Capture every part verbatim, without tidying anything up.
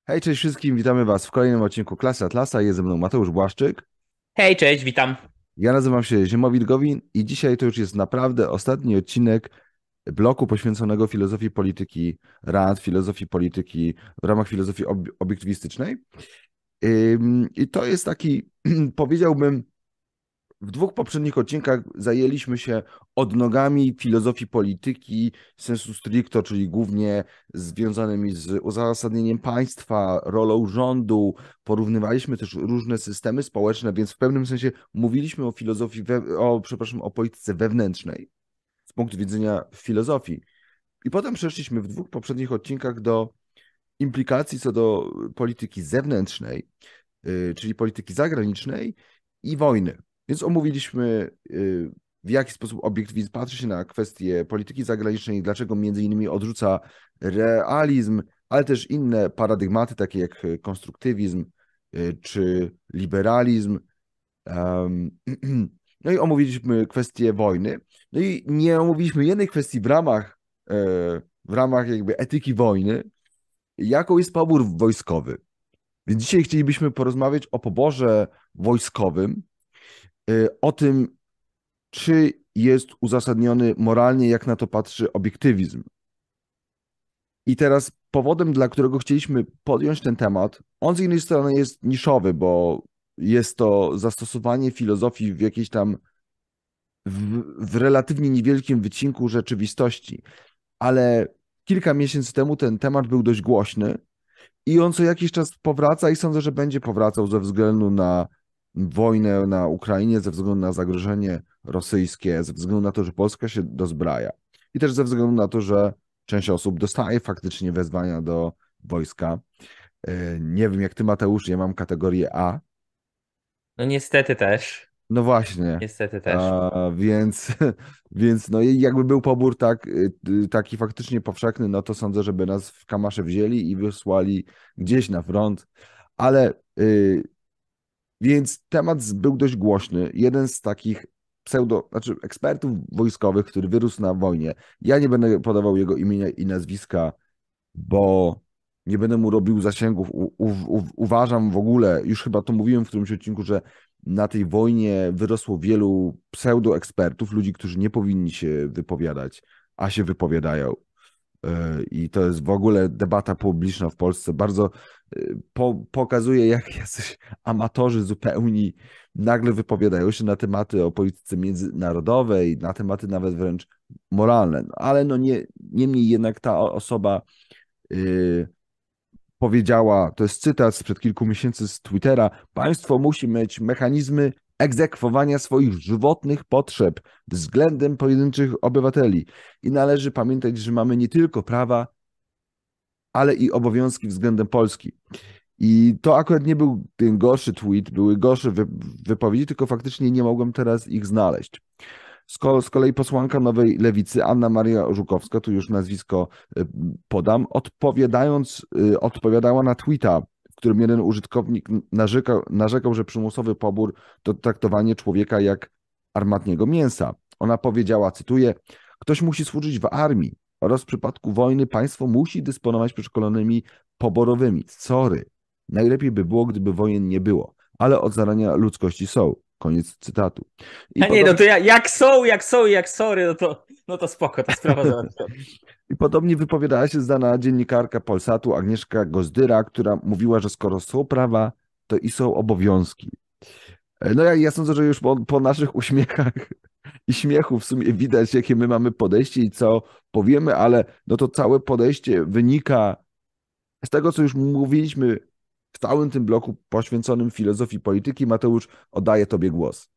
Hej, cześć wszystkim, witamy Was w kolejnym odcinku Klasy Atlasa. Jest ze mną Mateusz Błaszczyk. Hej, cześć, witam. Ja nazywam się Ziemowit Gowin i dzisiaj to już jest naprawdę ostatni odcinek bloku poświęconego filozofii polityki Rand, filozofii polityki w ramach filozofii ob obiektywistycznej. Ym, I to jest taki, powiedziałbym, w dwóch poprzednich odcinkach zajęliśmy się odnogami filozofii polityki sensu stricto, czyli głównie związanymi z uzasadnieniem państwa, rolą rządu. Porównywaliśmy też różne systemy społeczne, więc w pewnym sensie mówiliśmy o filozofii, we, o, przepraszam, o polityce wewnętrznej z punktu widzenia filozofii. I potem przeszliśmy w dwóch poprzednich odcinkach do implikacji co do polityki zewnętrznej, y, czyli polityki zagranicznej i wojny. Więc omówiliśmy, y, w jaki sposób obiektywizm patrzy się na kwestie polityki zagranicznej, dlaczego między innymi odrzuca realizm, ale też inne paradygmaty, takie jak konstruktywizm y, czy liberalizm. Em, No i omówiliśmy kwestię wojny. No i nie omówiliśmy jednej kwestii w ramach, e, w ramach jakby etyki wojny, jaką jest pobór wojskowy. Więc dzisiaj chcielibyśmy porozmawiać o poborze wojskowym, y, o tym, czy jest uzasadniony moralnie, jak na to patrzy obiektywizm. I teraz powodem, dla którego chcieliśmy podjąć ten temat, on z jednej strony jest niszowy, bo jest to zastosowanie filozofii w jakiejś tam w, w relatywnie niewielkim wycinku rzeczywistości, ale kilka miesięcy temu ten temat był dość głośny i on co jakiś czas powraca i sądzę, że będzie powracał ze względu na wojnę na Ukrainie, ze względu na zagrożenie rosyjskie, ze względu na to, że Polska się dozbraja i też ze względu na to, że część osób dostaje faktycznie wezwania do wojska. E, Nie wiem, jak ty, Mateusz, ja mam kategorię A. No niestety też, No właśnie. niestety też. A, więc, więc no i jakby był pobór tak, y, y, taki faktycznie powszechny, no to sądzę, żeby nas w kamasze wzięli i wysłali gdzieś na front. Ale y, więc temat z- był dość głośny. Jeden z takich pseudo, znaczy ekspertów wojskowych, który wyrósł na wojnie. Ja nie będę podawał jego imienia i nazwiska, bo nie będę mu robił zasięgów. U, u, u, uważam w ogóle, już chyba to mówiłem w którymś odcinku, że na tej wojnie wyrosło wielu pseudoekspertów, ludzi, którzy nie powinni się wypowiadać, a się wypowiadają. E, I to jest w ogóle debata publiczna w Polsce. Bardzo e, po, pokazuje, jak jacyś amatorzy zupełni nagle wypowiadają się na tematy o polityce międzynarodowej, na tematy nawet wręcz moralne. No, ale no nie, niemniej jednak ta o- osoba y, powiedziała, to jest cytat sprzed kilku miesięcy z Twittera, państwo musi mieć mechanizmy egzekwowania swoich żywotnych potrzeb względem pojedynczych obywateli. I należy pamiętać, że mamy nie tylko prawa, ale i obowiązki względem Polski. I to akurat nie był ten gorszy tweet, były gorsze wy wypowiedzi, tylko faktycznie nie mogłem teraz ich znaleźć. Z, ko z kolei posłanka Nowej Lewicy, Anna Maria Żukowska, tu już nazwisko y, podam, odpowiadając, y, odpowiadała na tweeta, w którym jeden użytkownik narzekał, narzekał, że przymusowy pobór to traktowanie człowieka jak armatniego mięsa. Ona powiedziała, cytuję, ktoś musi służyć w armii oraz w przypadku wojny państwo musi dysponować przeszkolonymi poborowymi. Sorry. Najlepiej by było, gdyby wojen nie było, ale od zarania ludzkości są. Koniec cytatu. I A nie, no podobnie to ja, jak są, jak są i jak sorry, no to, no to spoko, to sprawa załatwiona. I podobnie wypowiadała się znana dziennikarka Polsatu Agnieszka Gozdyra, która mówiła, że skoro są prawa, to i są obowiązki. E, No ja, ja sądzę, że już po, po naszych uśmiechach i śmiechu w sumie widać, jakie my mamy podejście i co powiemy, ale no to całe podejście wynika z tego, co już mówiliśmy w całym tym bloku poświęconym filozofii polityki. Mateusz, oddaję Tobie głos.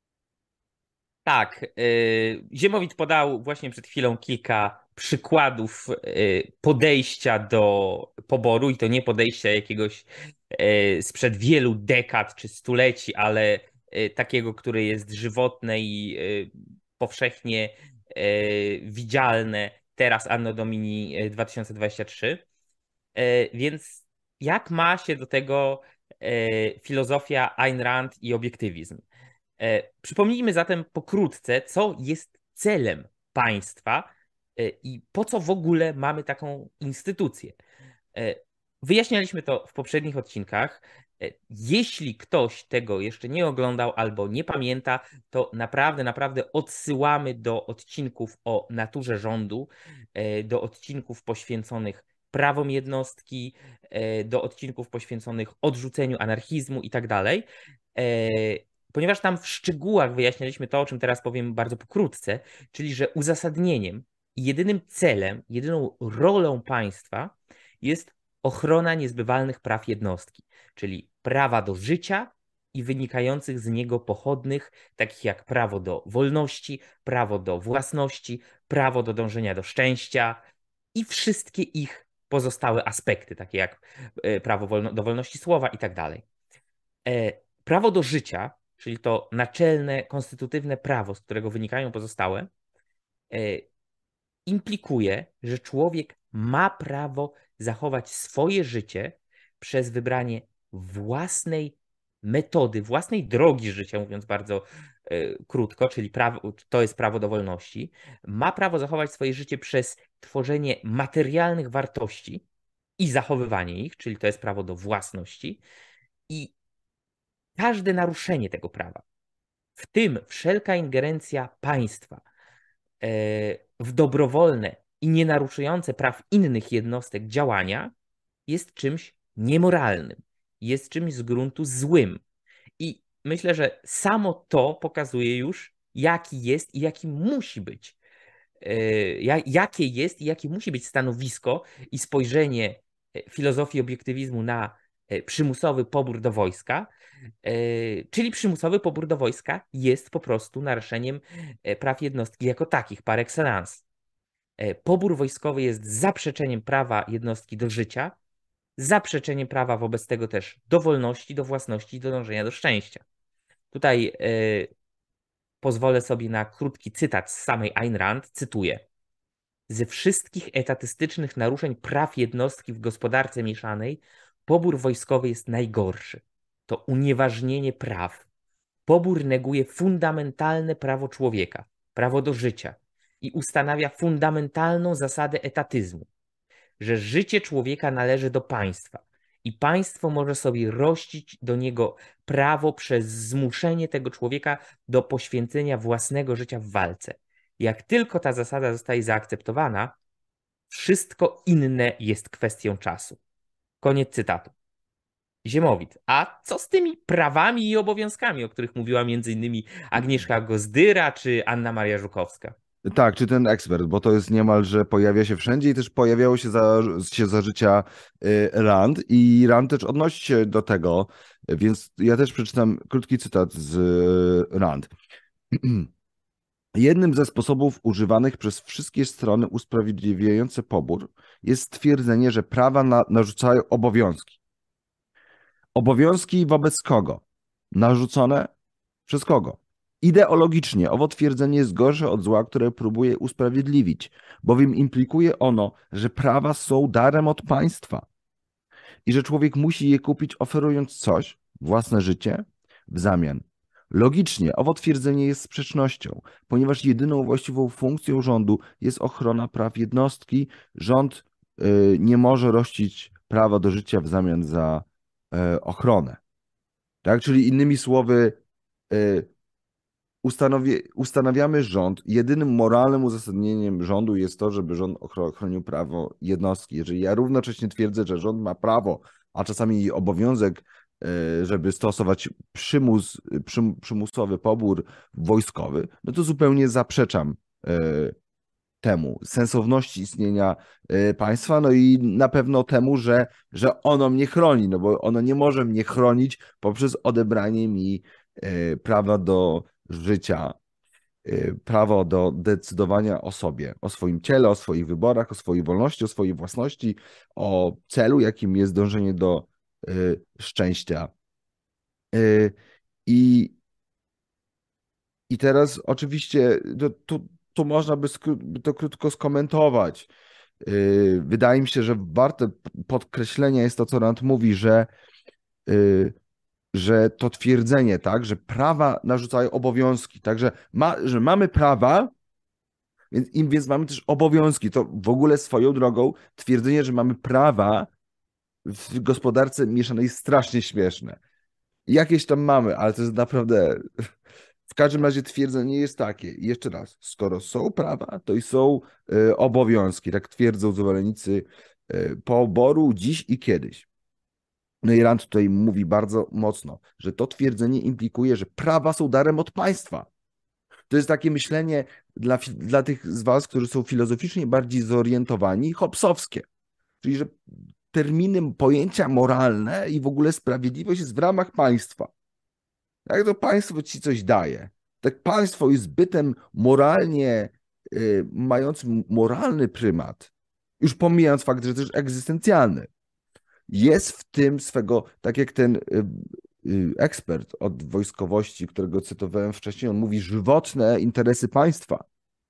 Tak, y, Ziemowit podał właśnie przed chwilą kilka przykładów y, podejścia do poboru i to nie podejścia jakiegoś y, sprzed wielu dekad czy stuleci, ale y, takiego, które jest żywotne i y, powszechnie y, widzialne teraz Anno Domini y, dwa tysiące dwudziesty trzeci. E, Więc jak ma się do tego e, filozofia Ayn Rand i obiektywizm? E, Przypomnijmy zatem pokrótce, co jest celem państwa e, i po co w ogóle mamy taką instytucję. E, Wyjaśnialiśmy to w poprzednich odcinkach. Jeśli ktoś tego jeszcze nie oglądał albo nie pamięta, to naprawdę, naprawdę odsyłamy do odcinków o naturze rządu, do odcinków poświęconych prawom jednostki, do odcinków poświęconych odrzuceniu anarchizmu i tak dalej. Ponieważ tam w szczegółach wyjaśnialiśmy to, o czym teraz powiem bardzo pokrótce, czyli że uzasadnieniem i jedynym celem, jedyną rolą państwa jest ochrona niezbywalnych praw jednostki, czyli prawa do życia i wynikających z niego pochodnych, takich jak prawo do wolności, prawo do własności, prawo do dążenia do szczęścia i wszystkie ich pozostałe aspekty, takie jak prawo do wolności słowa i tak dalej. Prawo do życia, czyli to naczelne, konstytutywne prawo, z którego wynikają pozostałe, implikuje, że człowiek ma prawo zachować swoje życie przez wybranie własnej metody, własnej drogi życia, mówiąc bardzo y, krótko, czyli prawo, to jest prawo do wolności. Ma prawo zachować swoje życie przez tworzenie materialnych wartości i zachowywanie ich, czyli to jest prawo do własności. I każde naruszenie tego prawa, w tym wszelka ingerencja państwa w dobrowolne i nienaruszające praw innych jednostek działania jest czymś niemoralnym, jest czymś z gruntu złym. I myślę, że samo to pokazuje już, jaki jest i jaki musi być, jakie jest i jakie musi być stanowisko i spojrzenie filozofii obiektywizmu na przymusowy pobór do wojska, czyli przymusowy pobór do wojska jest po prostu naruszeniem praw jednostki jako takich, par excellence. Pobór wojskowy jest zaprzeczeniem prawa jednostki do życia, zaprzeczeniem prawa wobec tego też do wolności, do własności i do dążenia do szczęścia. Tutaj y, pozwolę sobie na krótki cytat z samej Ayn Rand, cytuję. Ze wszystkich etatystycznych naruszeń praw jednostki w gospodarce mieszanej pobór wojskowy jest najgorszy. To unieważnienie praw. Pobór neguje fundamentalne prawo człowieka, prawo do życia i ustanawia fundamentalną zasadę etatyzmu, że życie człowieka należy do państwa i państwo może sobie rościć do niego prawo przez zmuszenie tego człowieka do poświęcenia własnego życia w walce. Jak tylko ta zasada zostaje zaakceptowana, wszystko inne jest kwestią czasu. Koniec cytatu. Ziemowit. A co z tymi prawami i obowiązkami, o których mówiła między innymi Agnieszka Gozdyra czy Anna Maria Żukowska? Tak, czy ten ekspert, bo to jest niemalże pojawia się wszędzie i też pojawiało się za, się za życia Rand i Rand też odnosi się do tego, więc ja też przeczytam krótki cytat z Rand. Jednym ze sposobów używanych przez wszystkie strony usprawiedliwiające pobór jest stwierdzenie, że prawa na, narzucają obowiązki. Obowiązki wobec kogo? Narzucone przez kogo? Ideologicznie owo twierdzenie jest gorsze od zła, które próbuje usprawiedliwić, bowiem implikuje ono, że prawa są darem od państwa i że człowiek musi je kupić, oferując coś, własne życie, w zamian. Logicznie owo twierdzenie jest sprzecznością, ponieważ jedyną właściwą funkcją rządu jest ochrona praw jednostki. Rząd y, nie może rościć prawa do życia w zamian za y, ochronę. Tak? Czyli innymi słowy, y, ustanowi, ustanawiamy rząd. Jedynym moralnym uzasadnieniem rządu jest to, żeby rząd ochronił prawo jednostki. Jeżeli ja równocześnie twierdzę, że rząd ma prawo, a czasami obowiązek, żeby stosować przymus, przym, przymusowy pobór wojskowy, no to zupełnie zaprzeczam temu, sensowności istnienia państwa, no i na pewno temu, że, że ono mnie chroni, no bo ono nie może mnie chronić poprzez odebranie mi prawa do życia, prawo do decydowania o sobie, o swoim ciele, o swoich wyborach, o swojej wolności, o swojej własności, o celu, jakim jest dążenie do y, szczęścia. Y, I, I teraz oczywiście to, tu, tu można by to krótko skomentować. Y, wydaje mi się, że warte podkreślenia jest to, co Rand mówi, że y, że to twierdzenie, tak, że prawa narzucają obowiązki, tak, że, ma, że mamy prawa, więc im więc mamy też obowiązki. To w ogóle swoją drogą twierdzenie, że mamy prawa, w gospodarce mieszanej strasznie śmieszne. Jakieś tam mamy, ale to jest naprawdę... W każdym razie twierdzenie jest takie, i jeszcze raz, skoro są prawa, to i są y, obowiązki, tak twierdzą zwolennicy y, poboru dziś i kiedyś. No i Rand tutaj mówi bardzo mocno, że to twierdzenie implikuje, że prawa są darem od państwa. To jest takie myślenie dla, dla tych z was, którzy są filozoficznie bardziej zorientowani, hobbesowskie. Czyli, że terminy, pojęcia moralne i w ogóle sprawiedliwość jest w ramach państwa. Jak to państwo ci coś daje? Tak państwo jest bytem moralnie, y, mającym moralny prymat, już pomijając fakt, że też egzystencjalny. Jest w tym swego, tak jak ten y, y, ekspert od wojskowości, którego cytowałem wcześniej, on mówi żywotne interesy państwa.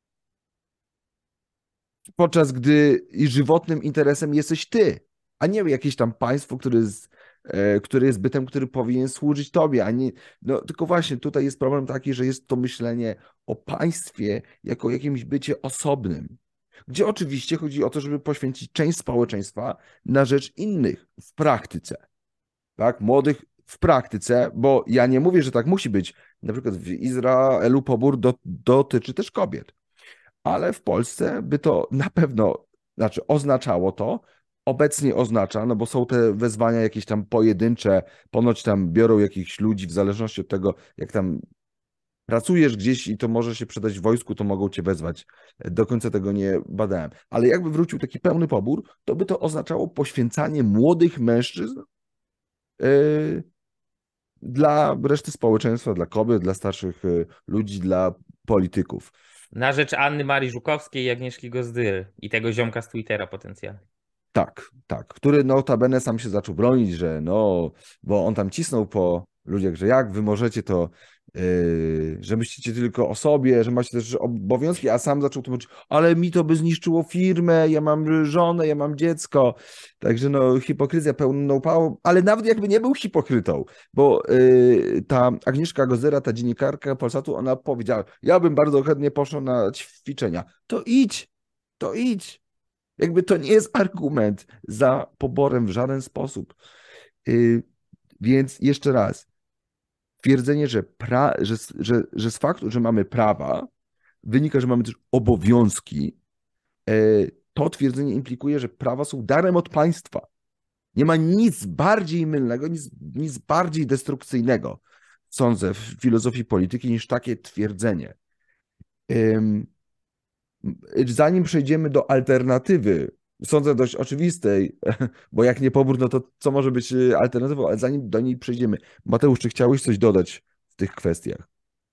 Podczas gdy i żywotnym interesem jesteś ty, a nie jakieś tam państwo, które jest, e, które jest bytem, który powinien służyć tobie, a nie, no tylko właśnie tutaj jest problem taki, że jest to myślenie o państwie jako jakimś bycie osobnym, gdzie oczywiście chodzi o to, żeby poświęcić część społeczeństwa na rzecz innych w praktyce, tak, młodych w praktyce, bo ja nie mówię, że tak musi być, na przykład w Izraelu pobór do, dotyczy też kobiet, ale w Polsce by to na pewno, znaczy oznaczało to, obecnie oznacza, no bo są te wezwania jakieś tam pojedyncze, ponoć tam biorą jakichś ludzi w zależności od tego, jak tam pracujesz gdzieś i to może się przydać w wojsku, to mogą cię wezwać. Do końca tego nie badałem. Ale jakby wrócił taki pełny pobór, to by to oznaczało poświęcanie młodych mężczyzn yy, dla reszty społeczeństwa, dla kobiet, dla starszych yy, ludzi, dla polityków. Na rzecz Anny Marii Żukowskiej i Agnieszki Gozdyry i tego ziomka z Twittera potencjalnie. Tak, tak, który notabene sam się zaczął bronić, że no, bo on tam cisnął po ludziach, że jak wy możecie to, yy, że myślicie tylko o sobie, że macie też obowiązki, a sam zaczął tłumaczyć, ale mi to by zniszczyło firmę, ja mam żonę, ja mam dziecko, także no hipokryzja pełną pałą, ale nawet jakby nie był hipokrytą, bo yy, ta Agnieszka Gozdyra, ta dziennikarka Polsatu, ona powiedziała, ja bym bardzo chętnie poszła na ćwiczenia, to idź, to idź. Jakby to nie jest argument za poborem w żaden sposób. Yy, więc jeszcze raz, twierdzenie, że, pra, że, że, że z faktu, że mamy prawa, wynika, że mamy też obowiązki, yy, to twierdzenie implikuje, że prawa są darem od państwa. Nie ma nic bardziej mylnego, nic, nic bardziej destrukcyjnego, sądzę, w filozofii polityki, niż takie twierdzenie. Yy, Zanim przejdziemy do alternatywy, sądzę dość oczywistej, bo jak nie pobór, no to co może być alternatywą, ale zanim do niej przejdziemy, Mateusz, czy chciałeś coś dodać w tych kwestiach?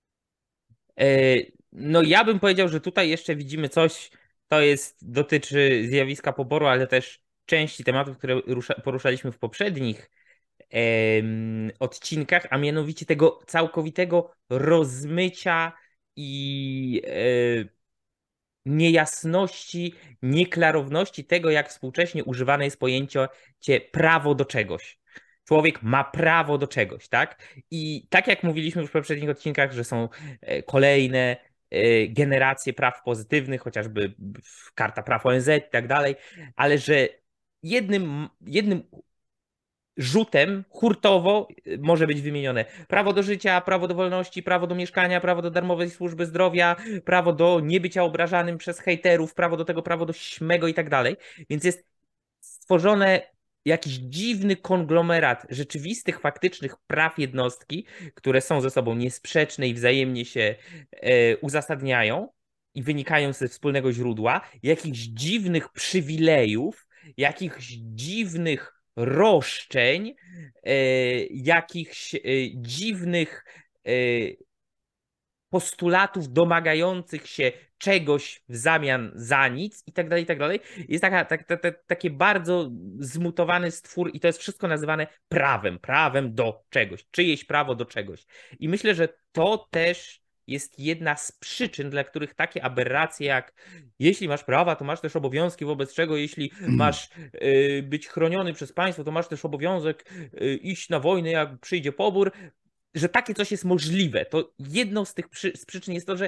No ja bym powiedział, że tutaj jeszcze widzimy coś, to jest, dotyczy zjawiska poboru, ale też części tematów, które rusza, poruszaliśmy w poprzednich em, odcinkach, a mianowicie tego całkowitego rozmycia i e, niejasności, nieklarowności tego, jak współcześnie używane jest pojęcie prawo do czegoś. Człowiek ma prawo do czegoś, tak? I tak jak mówiliśmy już w poprzednich odcinkach, że są e, kolejne e, generacje praw pozytywnych, chociażby Karta Praw O N Z i tak dalej, ale że jednym, jednym rzutem hurtowo może być wymienione prawo do życia, prawo do wolności, prawo do mieszkania, prawo do darmowej służby zdrowia, prawo do niebycia obrażanym przez hejterów, prawo do tego, prawo do śmego i tak dalej. Więc jest stworzone jakiś dziwny konglomerat rzeczywistych, faktycznych praw jednostki, które są ze sobą niesprzeczne i wzajemnie się e, uzasadniają i wynikają ze wspólnego źródła, jakichś dziwnych przywilejów, jakichś dziwnych roszczeń, e, jakichś e, dziwnych e, postulatów domagających się czegoś w zamian za nic i tak dalej, i tak dalej. Jest taka, tak, tak, tak, takie bardzo zmutowany stwór i to jest wszystko nazywane prawem, prawem do czegoś, czyjeś prawo do czegoś. I myślę, że to też jest jedna z przyczyn, dla których takie aberracje jak jeśli masz prawa, to masz też obowiązki, wobec czego jeśli masz y, być chroniony przez państwo, to masz też obowiązek y, iść na wojnę, jak przyjdzie pobór, że takie coś jest możliwe. To jedną z tych przy, z przyczyn jest to, że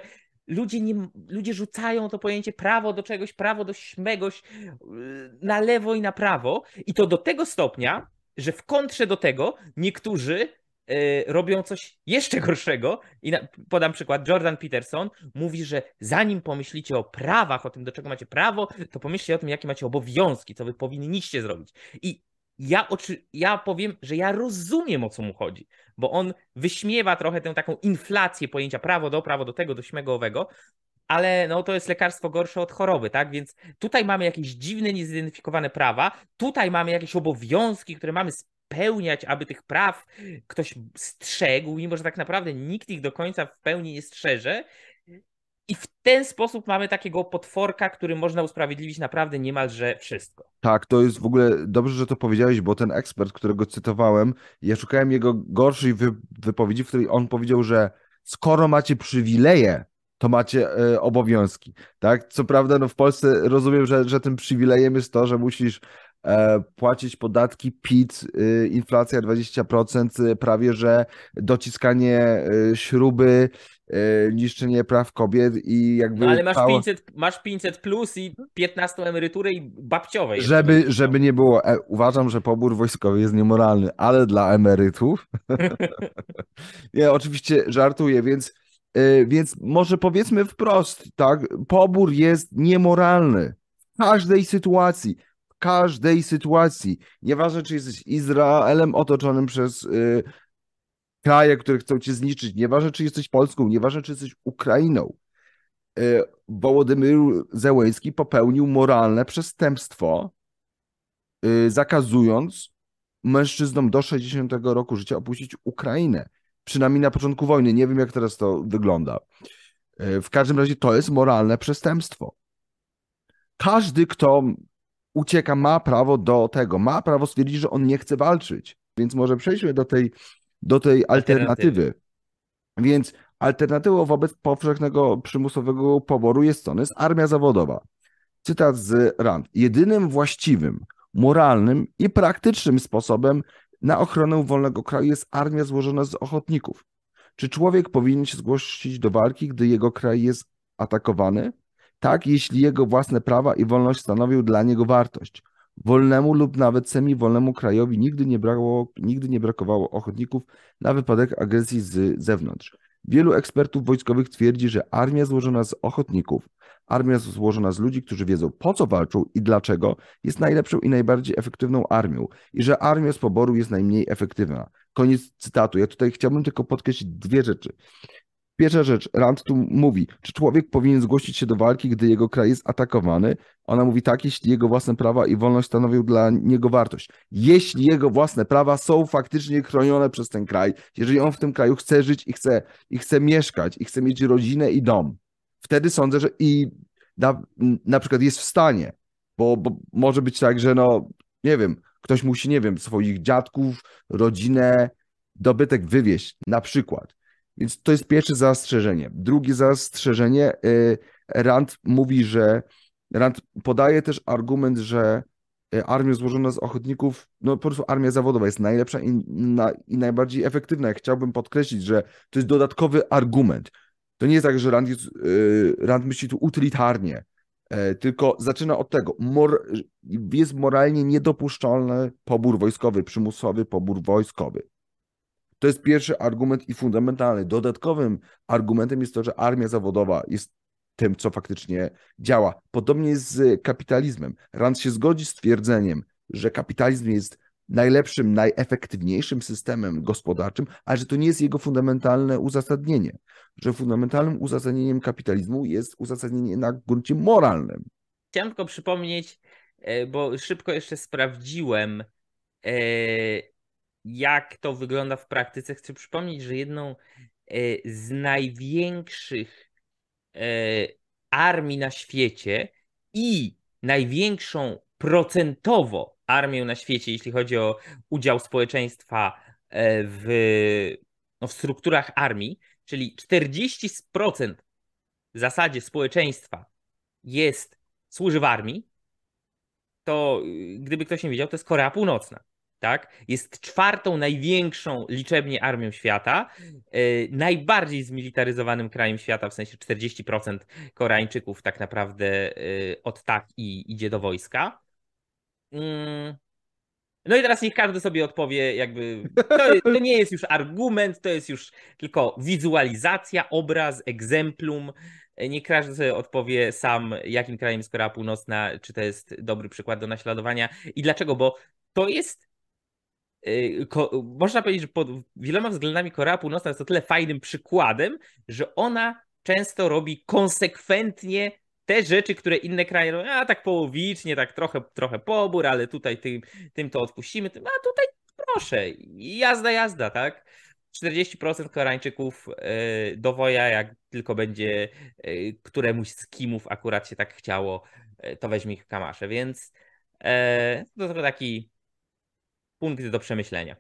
ludzie, nie, ludzie rzucają to pojęcie prawo do czegoś, prawo do śmegoś na lewo i na prawo i to do tego stopnia, że w kontrze do tego niektórzy y, robią coś jeszcze gorszego i na, podam przykład, Jordan Peterson mówi, że zanim pomyślicie o prawach, o tym, do czego macie prawo, to pomyślcie o tym, jakie macie obowiązki, co wy powinniście zrobić. I ja, oczy, ja powiem, że ja rozumiem, o co mu chodzi, bo on wyśmiewa trochę tę taką inflację pojęcia prawo do, prawo do tego, do śmego owego, ale no to jest lekarstwo gorsze od choroby, tak? Więc tutaj mamy jakieś dziwne, niezidentyfikowane prawa, tutaj mamy jakieś obowiązki, które mamy spełniać, aby tych praw ktoś strzegł, mimo że tak naprawdę nikt ich do końca w pełni nie strzeże. I w ten sposób mamy takiego potworka, który można usprawiedliwić naprawdę niemalże wszystko. Tak, to jest w ogóle dobrze, że to powiedziałeś, bo ten ekspert, którego cytowałem, ja szukałem jego gorszej wy wypowiedzi, w której on powiedział, że skoro macie przywileje, to macie e, obowiązki. Tak? Co prawda, no w Polsce rozumiem, że, że tym przywilejem jest to, że musisz e, płacić podatki, P I T, e, inflacja dwadzieścia procent, e, prawie że dociskanie e, śruby, e, niszczenie praw kobiet i No jakby ale masz cała. pięćset, masz pięćset plus i piętnastą emeryturę i babciowe jeszcze Żeby, będziesz miał. żeby nie było, e, uważam, że pobór wojskowy jest niemoralny, ale dla emerytów, nie, oczywiście żartuję, więc, e, więc może powiedzmy wprost, tak, pobór jest niemoralny w każdej sytuacji, w każdej sytuacji, nieważne czy jesteś Izraelem otoczonym przez e, kraje, które chcą cię zniszczyć, nieważne czy jesteś Polską, nieważne czy jesteś Ukrainą, e, Wołodymyr Zełenski popełnił moralne przestępstwo, y, zakazując mężczyznom do sześćdziesiątego roku życia opuścić Ukrainę. Przynajmniej na początku wojny. Nie wiem, jak teraz to wygląda. Y, W każdym razie to jest moralne przestępstwo. Każdy, kto ucieka, ma prawo do tego. Ma prawo stwierdzić, że on nie chce walczyć. Więc może przejdźmy do tej, do tej Alternatywy. alternatywy. Więc alternatywą wobec powszechnego przymusowego poboru jest co? Jest armia zawodowa. Cytat z Rand. Jedynym właściwym, moralnym i praktycznym sposobem na ochronę wolnego kraju jest armia złożona z ochotników. Czy człowiek powinien się zgłosić do walki, gdy jego kraj jest atakowany? Tak, jeśli jego własne prawa i wolność stanowią dla niego wartość. Wolnemu lub nawet semi-wolnemu krajowi nigdy nie, brało, nigdy nie brakowało ochotników na wypadek agresji z zewnątrz. Wielu ekspertów wojskowych twierdzi, że armia złożona z ochotników, armia złożona z ludzi, którzy wiedzą, po co walczą i dlaczego, jest najlepszą i najbardziej efektywną armią i że armia z poboru jest najmniej efektywna. Koniec cytatu. Ja tutaj chciałbym tylko podkreślić dwie rzeczy. Pierwsza rzecz, Rand tu mówi, czy człowiek powinien zgłosić się do walki, gdy jego kraj jest atakowany? Ona mówi tak, jeśli jego własne prawa i wolność stanowią dla niego wartość. Jeśli jego własne prawa są faktycznie chronione przez ten kraj, jeżeli on w tym kraju chce żyć i chce, i chce mieszkać, i chce mieć rodzinę i dom, wtedy sądzę, że i na, na przykład jest w stanie, bo, bo może być tak, że no, nie wiem, ktoś musi, nie wiem, swoich dziadków, rodzinę, dobytek wywieźć, na przykład. Więc to jest pierwsze zastrzeżenie. Drugie zastrzeżenie, y, Rand mówi, że Rand podaje też argument, że y, armia złożona z ochotników, no po prostu armia zawodowa jest najlepsza i, na, i najbardziej efektywna. Ja chciałbym podkreślić, że to jest dodatkowy argument. To nie jest tak, że Rand, jest, y, Rand myśli tu utylitarnie, y, tylko zaczyna od tego. Mor jest moralnie niedopuszczalny pobór wojskowy, przymusowy pobór wojskowy. To jest pierwszy argument i fundamentalny. Dodatkowym argumentem jest to, że armia zawodowa jest tym, co faktycznie działa. Podobnie jest z kapitalizmem. Rand się zgodzi z twierdzeniem, że kapitalizm jest najlepszym, najefektywniejszym systemem gospodarczym, ale że to nie jest jego fundamentalne uzasadnienie. Że fundamentalnym uzasadnieniem kapitalizmu jest uzasadnienie na gruncie moralnym. Chciałem tylko przypomnieć, e, bo szybko jeszcze sprawdziłem, e, jak to wygląda w praktyce. Chcę przypomnieć, że jedną e, z największych e, armii na świecie i największą procentowo armię na świecie, jeśli chodzi o udział społeczeństwa e, w, no, w strukturach armii, czyli czterdzieści procent w zasadzie społeczeństwa jest, służy w armii, to y, gdyby ktoś nie wiedział, to jest Korea Północna. tak? Jest czwartą największą liczebnie armią świata, yy, najbardziej zmilitaryzowanym krajem świata, w sensie czterdzieści procent Koreańczyków tak naprawdę yy, od tak i idzie do wojska. Yy. No i teraz niech każdy sobie odpowie, jakby to, to nie jest już argument, to jest już tylko wizualizacja, obraz, egzemplum. Niech każdy sobie odpowie sam, jakim krajem jest Korea Północna, czy to jest dobry przykład do naśladowania i dlaczego, bo to jest, yy, ko, można powiedzieć, że pod wieloma względami Korea Północna jest o tyle fajnym przykładem, że ona często robi konsekwentnie te rzeczy, które inne kraje robią, a tak połowicznie, tak trochę, trochę pobór, ale tutaj tym, tym to odpuścimy, tym, a tutaj proszę, jazda, jazda, tak? czterdzieści procent Koreańczyków yy, do woja, jak tylko będzie yy, któremuś z Kimów akurat się tak chciało, yy, to weźmie ich w kamasze, więc yy, to tylko taki punkt do przemyślenia.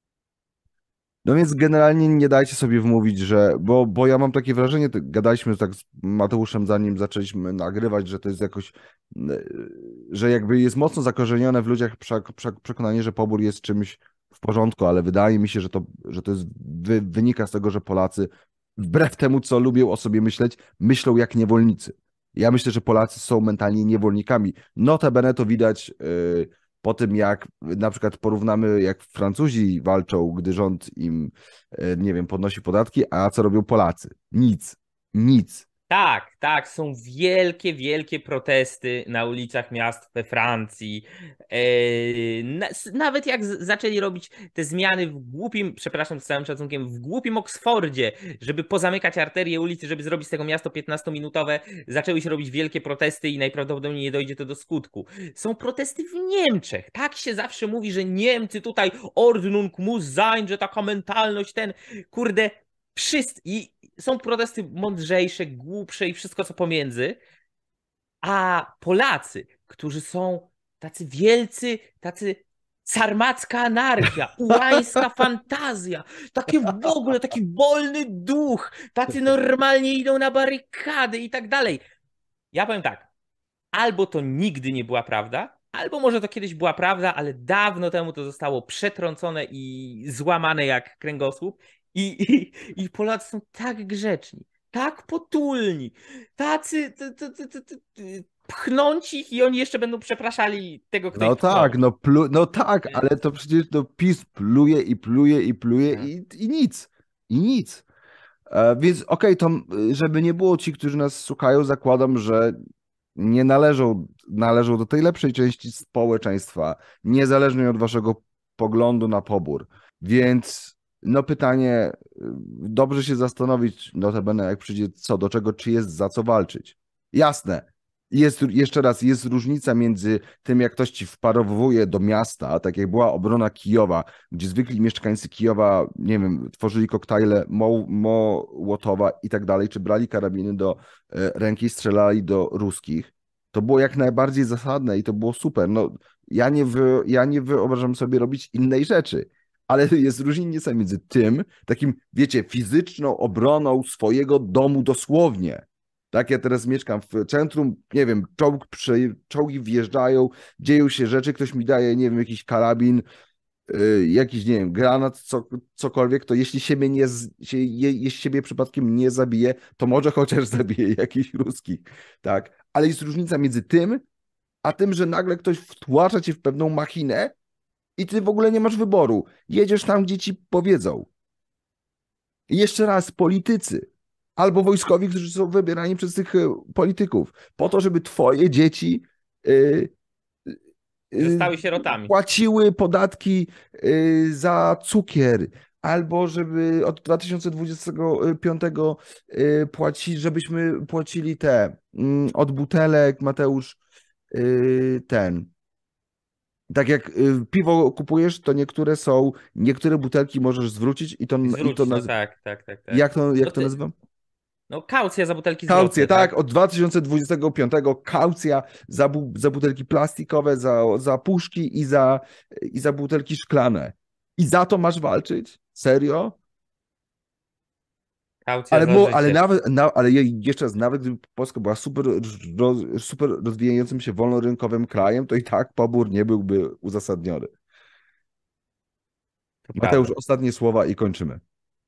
No więc generalnie nie dajcie sobie wmówić, że, bo, bo ja mam takie wrażenie, to gadaliśmy tak z Mateuszem, zanim zaczęliśmy nagrywać, że to jest jakoś, e, że jakby jest mocno zakorzenione w ludziach przek- przek- przekonanie, że pobór jest czymś w porządku, ale wydaje mi się, że to, że to jest, wy, wynika z tego, że Polacy, wbrew temu, co lubią o sobie myśleć, myślą jak niewolnicy. Ja myślę, że Polacy są mentalnie niewolnikami. Notabene to widać yy, po tym, jak na przykład porównamy, jak Francuzi walczą, gdy rząd im, e, nie wiem, podnosi podatki, a co robią Polacy? Nic. Nic. Tak, tak, są wielkie, wielkie protesty na ulicach miast we Francji. Eee, na, nawet jak z, zaczęli robić te zmiany w głupim, przepraszam z całym szacunkiem, w głupim Oksfordzie, żeby pozamykać arterie ulicy, żeby zrobić z tego miasto piętnastominutowe, zaczęły się robić wielkie protesty i najprawdopodobniej nie dojdzie to do skutku. Są protesty w Niemczech. Tak się zawsze mówi, że Niemcy tutaj Ordnung muss sein, że taka mentalność, ten, kurde, wszyscy, i są protesty mądrzejsze, głupsze i wszystko co pomiędzy, a Polacy, którzy są tacy wielcy, tacy sarmacka anarchia, ułańska fantazja, takie w ogóle, taki wolny duch, tacy normalnie idą na barykady i tak dalej. Ja powiem tak, albo to nigdy nie była prawda, albo może to kiedyś była prawda, ale dawno temu to zostało przetrącone i złamane jak kręgosłup. I, i, i Polacy są tak grzeczni, tak potulni, tacy t, t, t, t, t, pchnąć ich i oni jeszcze będą przepraszali tego, kto No ich pchnął. tak, no, plu, no tak, ale to przecież to PiS pluje i pluje i pluje No. i, i nic. I nic. E, więc okej, to żeby nie było ci, którzy nas słuchają, zakładam, że nie należą, należą do tej lepszej części społeczeństwa, niezależnie od waszego poglądu na pobór. Więc no pytanie, dobrze się zastanowić, notabene jak przyjdzie co do czego, czy jest za co walczyć. Jasne, jest, jeszcze raz, jest różnica między tym, jak ktoś ci wparowuje do miasta, tak jak była obrona Kijowa, gdzie zwykli mieszkańcy Kijowa, nie wiem, tworzyli koktajle Mo, Mołotowa i tak dalej, czy brali karabiny do e, ręki i strzelali do ruskich. To było jak najbardziej zasadne i to było super. No, ja nie, wy, ja nie wyobrażam sobie robić innej rzeczy, ale jest różnica między tym, takim, wiecie, fizyczną obroną swojego domu dosłownie. Tak, ja teraz mieszkam w centrum, nie wiem, czołg, czołgi wjeżdżają, dzieją się rzeczy, ktoś mi daje, nie wiem, jakiś karabin, yy, jakiś, nie wiem, granat, co, cokolwiek, to jeśli siebie, nie, się, je, jeśli siebie przypadkiem nie zabije, to może chociaż zabije jakichś ruskich, tak? Ale jest różnica między tym, a tym, że nagle ktoś wtłacza cię w pewną machinę i ty w ogóle nie masz wyboru. Jedziesz tam, gdzie ci powiedzą. I jeszcze raz, politycy albo wojskowi, którzy są wybierani przez tych polityków, po to, żeby twoje dzieci yy, yy, Zostały sierotami. płaciły podatki yy, za cukier, albo żeby od dwa tysiące dwudziestego piątego yy, płacić, żebyśmy płacili te yy, od butelek, Mateusz, yy, ten. Tak jak y, piwo kupujesz, to niektóre są, niektóre butelki możesz zwrócić i to, i to Zwrócić, no naz... tak, tak, tak, tak. Jak to, jak No, to ty, nazywam? no kaucja za butelki Kaucje, zwrotne, tak, tak? od dwa tysiące dwudziestego piątego kaucja za, bu, za butelki plastikowe, za, za puszki i za, i za butelki szklane. I za to masz walczyć? Serio? Kaucja Ale, za mo, ale życie. nawet, na, ale je- jeszcze raz, nawet gdyby Polska była super, roz, super rozwijającym się wolnorynkowym krajem, to i tak pobór nie byłby uzasadniony. To Mateusz, prawda. ostatnie słowa i kończymy.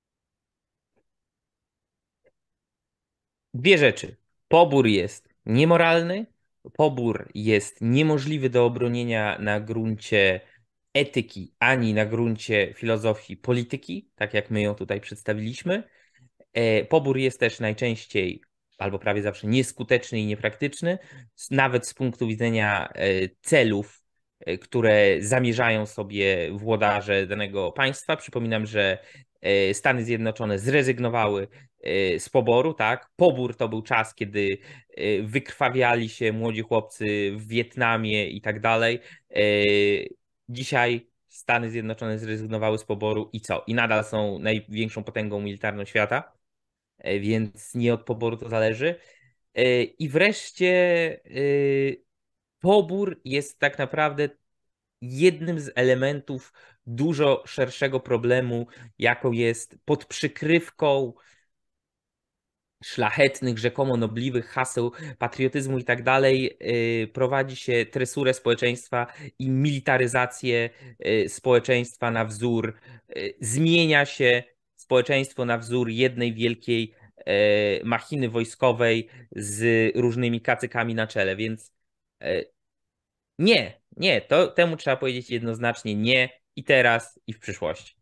Dwie rzeczy. Pobór jest niemoralny, pobór jest niemożliwy do obronienia na gruncie etyki, ani na gruncie filozofii polityki, tak jak my ją tutaj przedstawiliśmy. E, Pobór jest też najczęściej albo prawie zawsze nieskuteczny i niepraktyczny, s- nawet z punktu widzenia e, celów, e, które zamierzają sobie włodarze danego państwa. Przypominam, że e, Stany Zjednoczone zrezygnowały e, z poboru, tak? Pobór to był czas, kiedy e, wykrwawiali się młodzi chłopcy w Wietnamie i tak dalej. E, Dzisiaj Stany Zjednoczone zrezygnowały z poboru i co? I nadal są największą potęgą militarną świata, e, więc nie od poboru to zależy. E, I wreszcie e, pobór jest tak naprawdę jednym z elementów dużo szerszego problemu, jaką jest pod przykrywką szlachetnych, rzekomo nobliwych haseł patriotyzmu i tak dalej, y, prowadzi się tresurę społeczeństwa i militaryzację y, społeczeństwa na wzór, y, zmienia się społeczeństwo na wzór jednej wielkiej y, machiny wojskowej z różnymi kacykami na czele, więc y, nie, nie, to temu trzeba powiedzieć jednoznacznie nie i teraz i w przyszłości.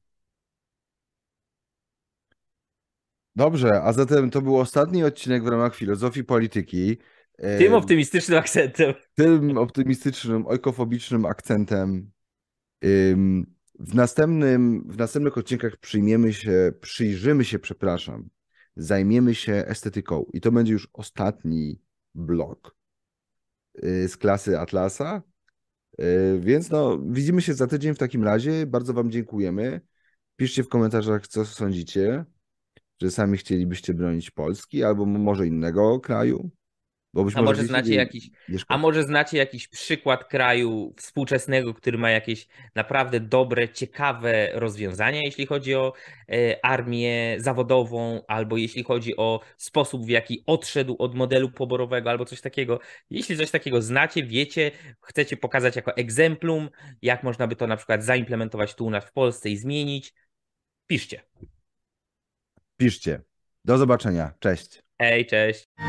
Dobrze, a zatem to był ostatni odcinek w ramach filozofii polityki. Tym E, optymistycznym akcentem. Tym optymistycznym, ojkofobicznym akcentem. ym, W następnym, w następnych odcinkach przyjmiemy się, przyjrzymy się, przepraszam, zajmiemy się estetyką i to będzie już ostatni blok y, z klasy Atlasa. Y, Więc no, widzimy się za tydzień w takim razie. Bardzo Wam dziękujemy. Piszcie w komentarzach, co sądzicie, że sami chcielibyście bronić Polski albo może innego kraju, bo być A może może gdzieś znacie indziej jakiś, nie a szkodzi. może znacie jakiś przykład kraju współczesnego, który ma jakieś naprawdę dobre, ciekawe rozwiązania, jeśli chodzi o e, armię zawodową, albo jeśli chodzi o sposób, w jaki odszedł od modelu poborowego, albo coś takiego. Jeśli coś takiego znacie, wiecie, chcecie pokazać jako egzemplum, jak można by to na przykład zaimplementować tu u nas w Polsce i zmienić, piszcie. Piszcie. Do zobaczenia. Cześć. Hej, cześć.